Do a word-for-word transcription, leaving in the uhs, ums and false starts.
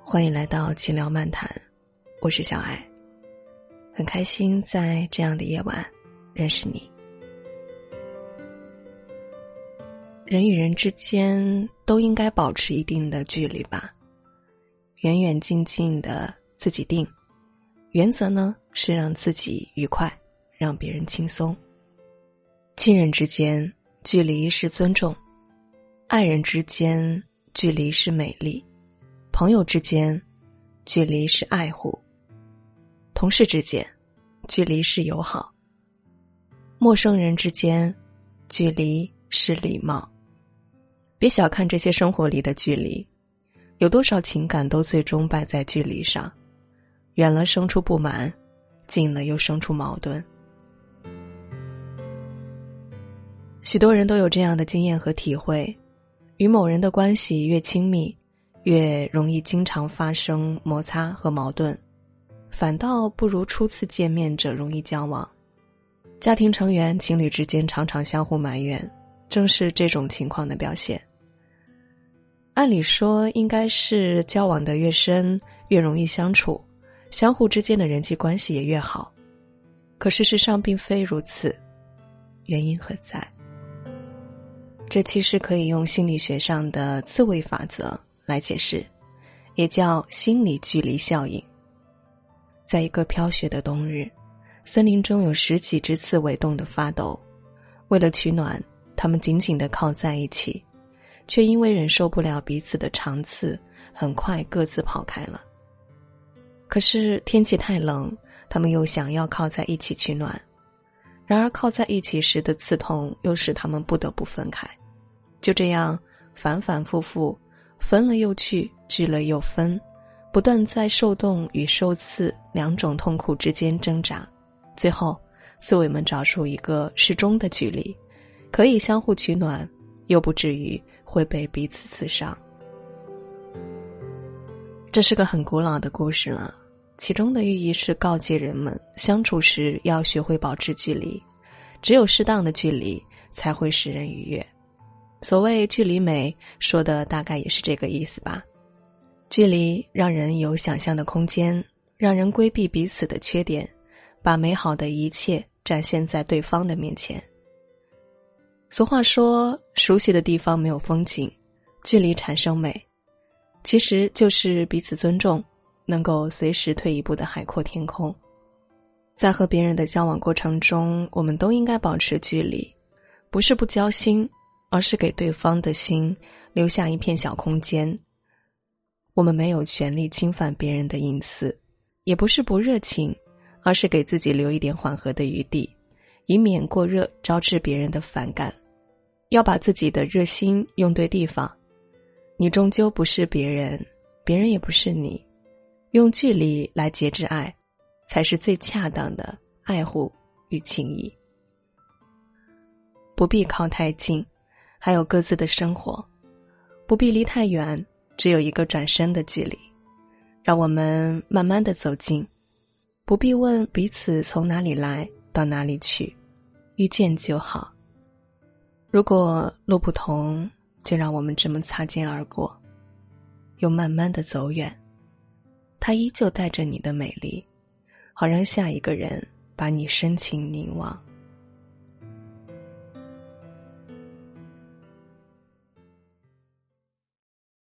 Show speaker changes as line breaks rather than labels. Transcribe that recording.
欢迎来到奇聊漫谈，我是小爱，很开心在这样的夜晚认识你。人与人之间都应该保持一定的距离吧，远远近近的自己定，原则呢是让自己愉快，让别人轻松。亲人之间距离是尊重，爱人之间距离是美丽，朋友之间距离是爱护，同事之间距离是友好，陌生人之间距离是礼貌。别小看这些生活里的距离，有多少情感都最终败在距离上，远了生出不满，近了又生出矛盾。许多人都有这样的经验和体会，与某人的关系越亲密，越容易经常发生摩擦和矛盾，反倒不如初次见面者容易交往。家庭成员、情侣之间常常相互埋怨，正是这种情况的表现。按理说应该是交往的越深，越容易相处，相互之间的人际关系也越好。可事实上并非如此，原因何在？这其实可以用心理学上的刺猬法则来解释，也叫心理距离效应。在一个飘雪的冬日，森林中有十几只刺猬冻得发抖，为了取暖，它们紧紧地靠在一起，却因为忍受不了彼此的长刺，很快各自跑开了。可是天气太冷，它们又想要靠在一起取暖，然而靠在一起时的刺痛又使它们不得不分开。就这样反反复复，分了又聚，聚了又分，不断在受冻与受刺两种痛苦之间挣扎。最后刺猬们找出一个适中的距离，可以相互取暖，又不至于会被彼此刺伤。这是个很古老的故事了，其中的寓意是告诫人们相处时要学会保持距离，只有适当的距离才会使人愉悦。所谓距离美，说的大概也是这个意思吧。距离让人有想象的空间，让人规避彼此的缺点，把美好的一切展现在对方的面前。俗话说，熟悉的地方没有风景，距离产生美，其实就是彼此尊重，能够随时退一步的海阔天空。在和别人的交往过程中，我们都应该保持距离，不是不交心，而是给对方的心留下一片小空间。我们没有权利侵犯别人的隐私，也不是不热情，而是给自己留一点缓和的余地，以免过热招致别人的反感。要把自己的热心用对地方，你终究不是别人，别人也不是你，用距离来节制爱，才是最恰当的爱护与情谊。不必靠太近，还有各自的生活，不必离太远，只有一个转身的距离，让我们慢慢地走近，不必问彼此从哪里来到哪里去，遇见就好。如果路不同，就让我们这么擦肩而过，又慢慢地走远，它依旧带着你的美丽，好让下一个人把你深情凝望。